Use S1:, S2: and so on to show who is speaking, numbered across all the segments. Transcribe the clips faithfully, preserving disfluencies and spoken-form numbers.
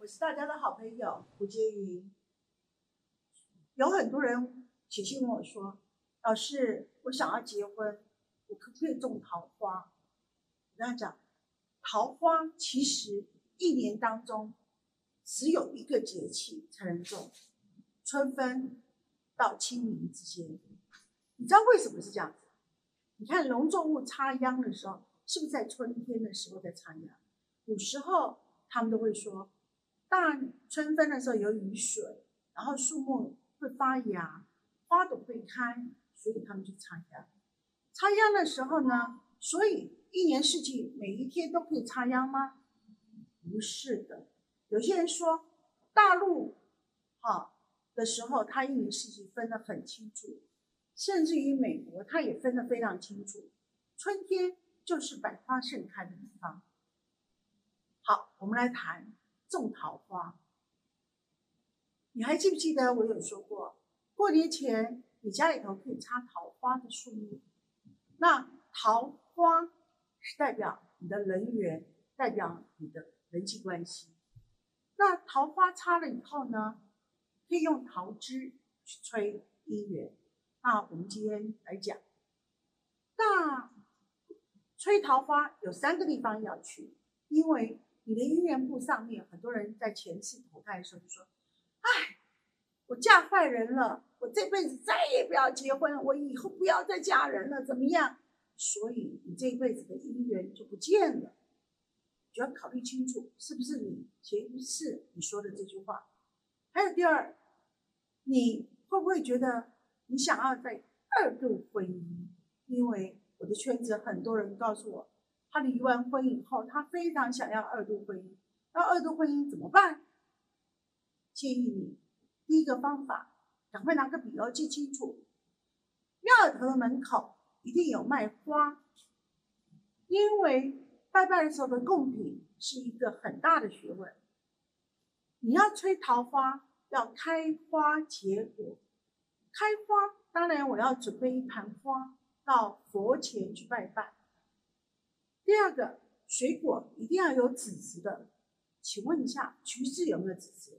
S1: 我是大家的好朋友胡洁云。有很多人写信问我说：“老师，我想要结婚，我可不可以种桃花？”我跟他讲，桃花其实一年当中只有一个节气才能种，春分到清明之间。你知道为什么是这样子？你看农作物插秧的时候，是不是在春天的时候在插秧？有时候他们都会说，大春分的时候有雨水，然后树木会发芽，花朵会开，所以他们去插秧。插秧的时候呢，所以一年四季每一天都可以插秧吗？不是的。有些人说大陆哈的时候，它一年四季分得很清楚，甚至于美国它也分得非常清楚。春天就是百花盛开的地方。好，我们来谈种桃花。你还记不记得我有说过，过年前你家里头可以插桃花的树木？那桃花是代表你的人缘，代表你的人际关系。那桃花插了以后呢，可以用桃枝去催姻缘。那我们今天来讲，那催桃花有三个地方要去，因为你的姻缘簿上面，很多人在前世投胎的时候就说：“哎，我嫁坏人了，我这辈子再也不要结婚，我以后不要再嫁人了，怎么样？”所以你这一辈子的姻缘就不见了。就要考虑清楚，是不是你前世你说的这句话。还有第二，你会不会觉得你想要在二度婚姻？因为我的圈子很多人告诉我，他离完婚以后，他非常想要二度婚姻。那二度婚姻怎么办？建议你第一个方法，赶快拿个笔哦，记清楚。庙头的门口一定有卖花，因为拜拜的时候的贡品是一个很大的学问。你要催桃花，要开花结果。开花，当然我要准备一盘花到佛前去拜拜。第二个，水果一定要有籽子的。请问一下，橘子有没有籽子？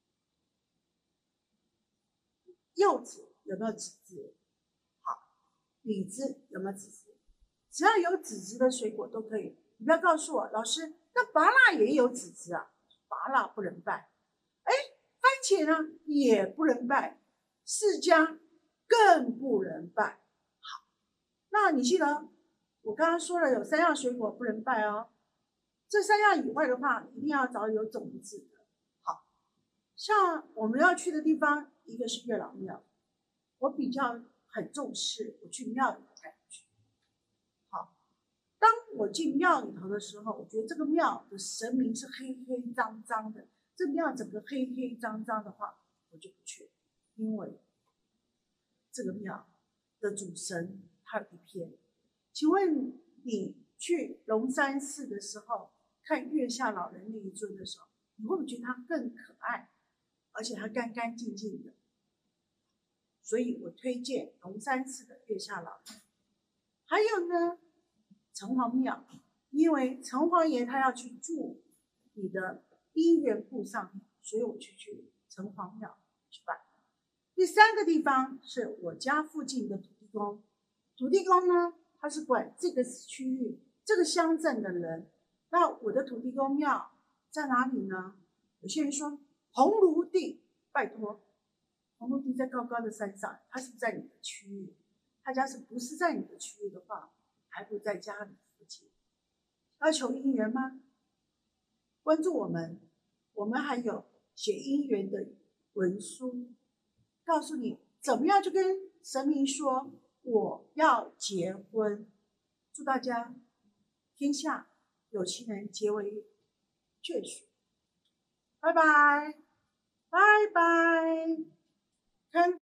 S1: 柚子有没有籽子？好，李子有没有籽子？只要有籽子的水果都可以。你不要告诉我，老师，那芭乐也有籽子啊，芭乐不能拜。哎，番茄呢也不能拜，释迦更不能拜。好，那你记得我刚刚说了有三样水果不能拜哦。这三样以外的话，一定要找有种子的。好，像我们要去的地方，一个是月老庙，我比较很重视我去庙里的感觉。好，当我进庙里头的时候，我觉得这个庙的神明是黑黑脏脏的，这庙整个黑黑脏脏的话，我就不去，因为这个庙的主神他有一篇。请问你去龙山寺的时候，看月下老人那一尊的时候，你会不会觉得它更可爱，而且它干干净净的？所以我推荐龙山寺的月下老人。还有呢，城隍庙，因为城隍爷他要去住你的姻缘簿上面，所以我去去城隍庙去拜。第三个地方是我家附近的土地公。土地公呢，他是管这个区域、这个乡镇的人。那我的土地公庙在哪里呢？有些人说红炉地，拜托，红炉地在高高的山上，它是不是在你的区域？他家是不是在你的区域的话，还不在家里附近。要求姻缘吗？关注我们，我们还有写姻缘的文书，告诉你怎么样去跟神明说我要结婚。祝大家天下有情人结为眷属。拜拜，拜拜。